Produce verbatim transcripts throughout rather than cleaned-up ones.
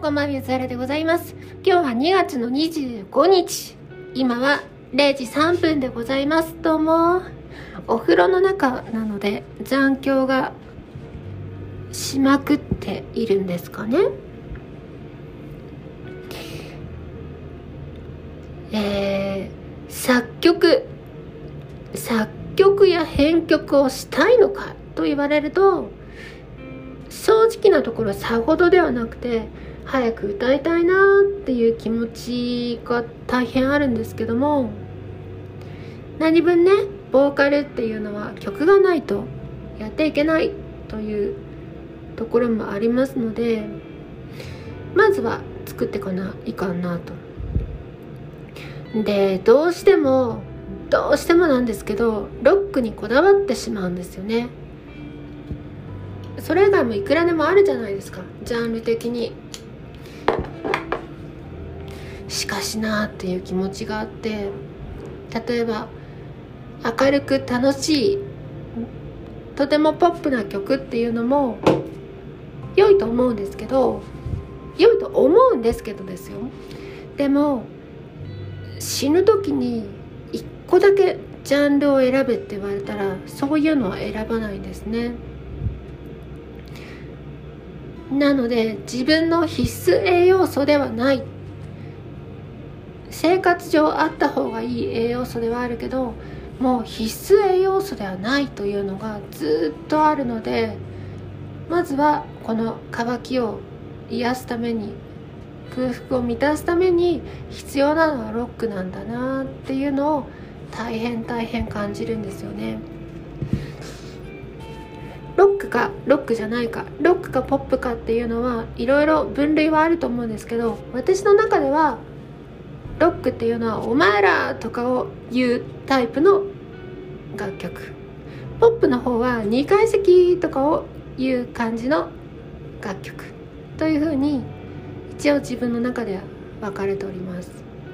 こんばんは、ずらでございます。今日はにがつのにじゅうごにち、今はれいじさんぷんでございます。どうも。お風呂の中なので残響がしまくっているんですかね。えー、作曲作曲や編曲をしたいのかと言われると、正直なところさほどではなくて、早く歌いたいなっていう気持ちが大変あるんですけども、何分ね、ボーカルっていうのは曲がないとやっていけないというところもありますので、まずは作っていかないかんなと。で、どうしてもどうしてもなんですけど、ロックにこだわってしまうんですよね。それ以外もいくらでもあるじゃないですか、ジャンル的に。しかしなーっていう気持ちがあって、例えば明るく楽しいとてもポップな曲っていうのも良いと思うんですけど良いと思うんですけどですよ。でも死ぬ時に一個だけジャンルを選べって言われたら、そういうのは選ばないんですね。なので自分の必須栄養素ではない、生活上あった方がいい栄養素ではあるけど、もう必須栄養素ではないというのがずっとあるので、まずはこの渇きを癒すために、空腹を満たすために必要なのはロックなんだなっていうのを大変大変感じるんですよね。ロックかロックじゃないか、ロックかポップかっていうのはいろいろ分類はあると思うんですけど、私の中ではロックっていうのはお前らとかを言うタイプの楽曲、ポップの方はにかい席とかを言う感じの楽曲というふうに一応自分の中では分かれております。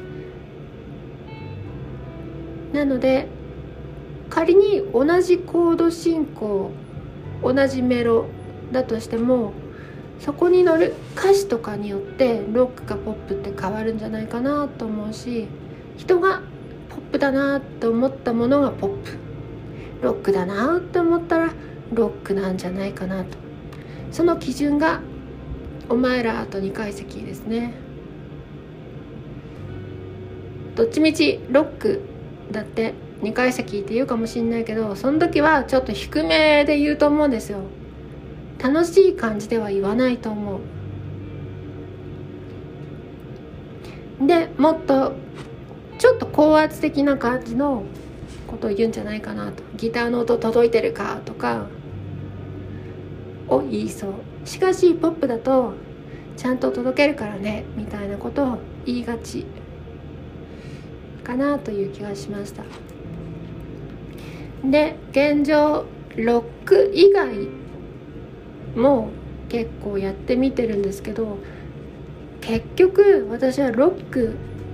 なので仮に同じコード進行、同じメロだとしても、そこに乗る歌詞とかによってロックかポップって変わるんじゃないかなと思うし、人がポップだなと思ったものがポップ、ロックだなと思ったらロックなんじゃないかなと。その基準がお前らとにかい席ですね。どっちみちロックだってにかい席って言うかもしれないけど、その時はちょっと低めで言うと思うんですよ。楽しい感じでは言わないと思う。で、もっとちょっと高圧的な感じのことを言うんじゃないかなと。ギターの音届いてるかとかを言いそう。しかしポップだとちゃんと届けるからねみたいなことを言いがちかなという気がしました。で、現状ロック以外も結構やってみてるんですけど、結局私はロック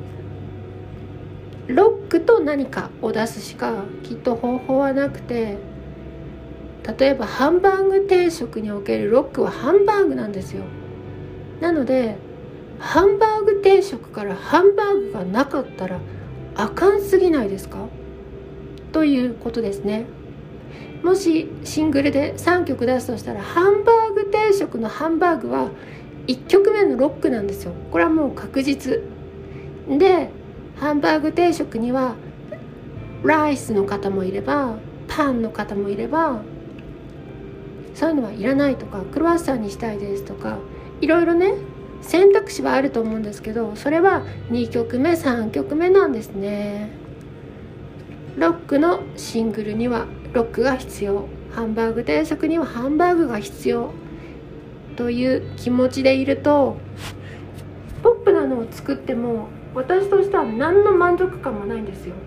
ロックと何かを出すしかきっと方法はなくて、例えばハンバーグ定食におけるロックはハンバーグなんですよ。なのでハンバーグ定食からハンバーグがなかったらあかんすぎないですかということですね。もしシングルでさんきょく出すとしたら、ハンバーグ定食のハンバーグはいっきょくめのロックなんですよ。これはもう確実で、ハンバーグ定食にはライスの方もいればパンの方もいれば、そういうのはいらないとか、クロワッサンにしたいですとか、いろいろね選択肢はあると思うんですけど、それはにきょくめさんきょくめなんですね。ロックのシングルにはロックが必要、ハンバーグ定食にはハンバーグが必要という気持ちでいると、ポップなのを作っても私としては何の満足感もないんですよ。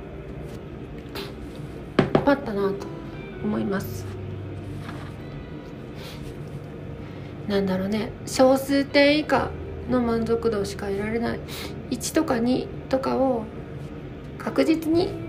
困ったなと思います。なんだろうね、小数点以下の満足度しか得られない、いちとかにとかを確実に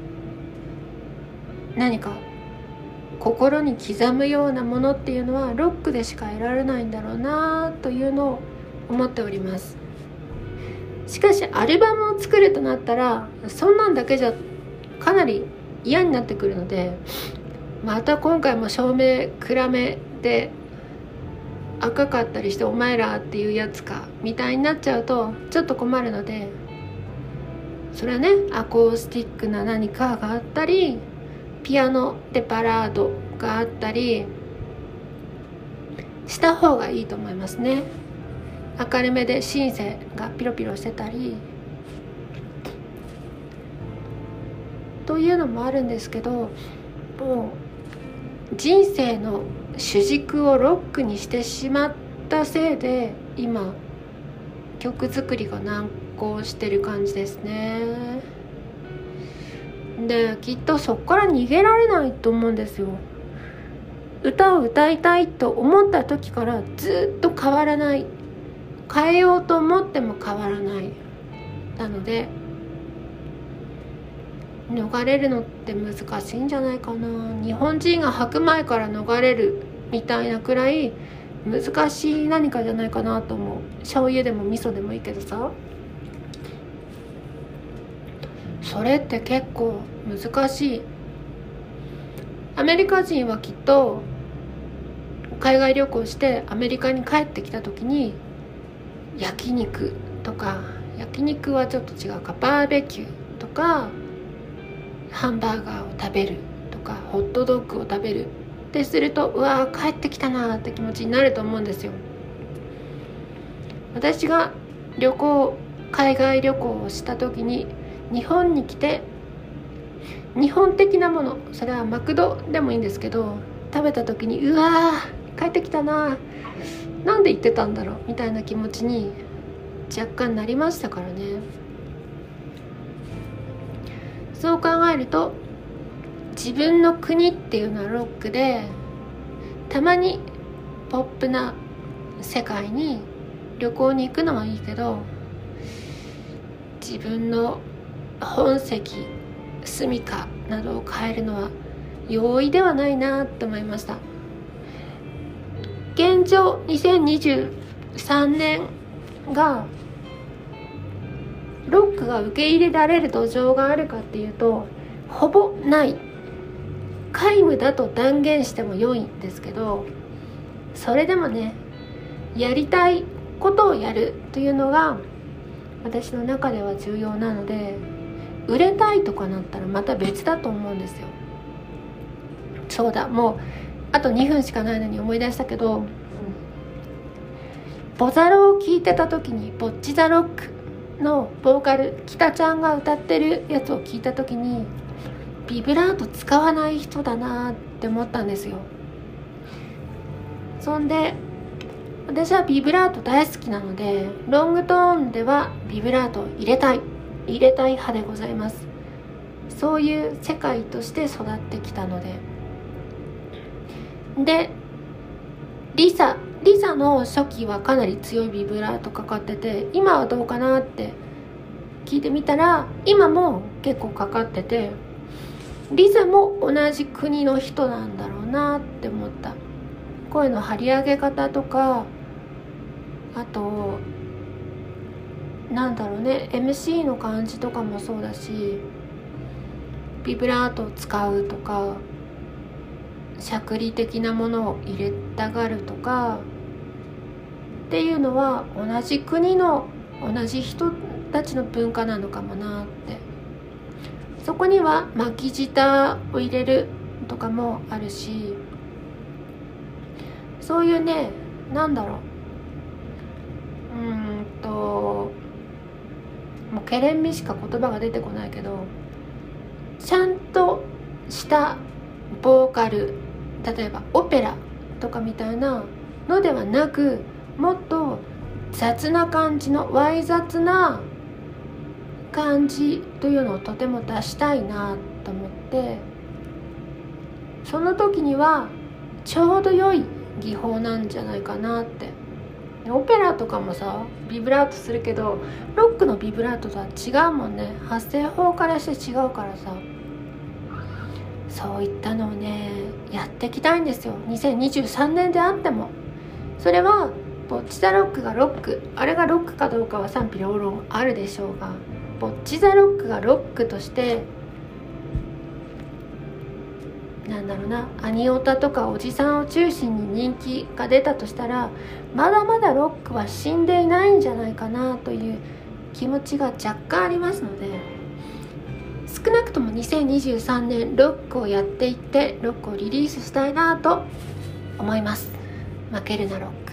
何か心に刻むようなものっていうのはロックでしか得られないんだろうなというのを思っております。しかしアルバムを作るとなったらそんなんだけじゃかなり嫌になってくるので、また今回も照明暗めで赤かったりしてお前らっていうやつかみたいになっちゃうとちょっと困るので、それはねアコースティックな何かがあったりピアノでバラードがあったりした方がいいと思いますね。明るめでシンセがピロピロしてたりというのもあるんですけど、もう人生の主軸をロックにしてしまったせいで今曲作りが難航してる感じですね。できっとそこから逃げられないと思うんですよ。歌を歌いたいと思った時からずっと変わらない、変えようと思っても変わらない。なので逃れるのって難しいんじゃないかな。日本人が白米から逃れるみたいなくらい難しい何かじゃないかなと思う。醤油でも味噌でもいいけどさ、それって結構難しい。アメリカ人はきっと海外旅行してアメリカに帰ってきた時に焼肉とか、焼肉はちょっと違うか、バーベキューとかハンバーガーを食べるとかホットドッグを食べるってすると、うわー帰ってきたなーって気持ちになると思うんですよ。私が旅行海外旅行をした時に日本に来て日本的なもの、それはマクドでもいいんですけど、食べた時にうわー帰ってきたな、なんで言ってたんだろうみたいな気持ちに若干なりましたからね。そう考えると自分の国っていうのはロックで、たまにポップな世界に旅行に行くのはいいけど、自分の本籍住みかなどを変えるのは容易ではないなと思いました。現状にせんにじゅうさんねんがロックが受け入れられる土壌があるかっていうとほぼない。皆無だと断言しても良いんですけど、それでもねやりたいことをやるというのが私の中では重要なので、売れたいとかなったらまた別だと思うんですよ。そうだ、もうあとにふんしかないのに思い出したけど、ボザロを聴いてた時にボッチザロックのボーカル北ちゃんが歌ってるやつを聞いた時にビブラート使わない人だなって思ったんですよ。そんで私はビブラート大好きなので、ロングトーンではビブラートを入れたい入れたい派でございます。そういう世界として育ってきたので。でリサリサの初期はかなり強いビブラートかかってて、今はどうかなって聞いてみたら今も結構かかってて、リサも同じ国の人なんだろうなって思った。声の張り上げ方とか、あとなんだろうね エムシー の感じとかもそうだし、ビブラートを使うとかしゃくり的なものを入れたがるとかっていうのは同じ国の同じ人たちの文化なのかもなって。そこには巻き舌を入れるとかもあるし、そういうね、なんだろううーんともうケレン味しか言葉が出てこないけど、ちゃんとしたボーカル、例えばオペラとかみたいなのではなく、もっと雑な感じのわい雑な感じというのをとても出したいなと思って、その時にはちょうど良い技法なんじゃないかなって。オペラとかもさビブラートするけど、ロックのビブラートとは違うもんね。発声法からして違うからさ、そういったのをねやっていきたいんですよ。にせんにじゅうさんねんであっても。それはボッチ・ザ・ロックがロック、あれがロックかどうかは賛否両論あるでしょうが、ボッチ・ザ・ロックがロックとしてなんだろうな、アニオタとかおじさんを中心に人気が出たとしたら、まだまだロックは死んでいないんじゃないかなという気持ちが若干ありますので、少なくともにせんにじゅうさんねんロックをやっていってロックをリリースしたいなと思います。負けるなロック。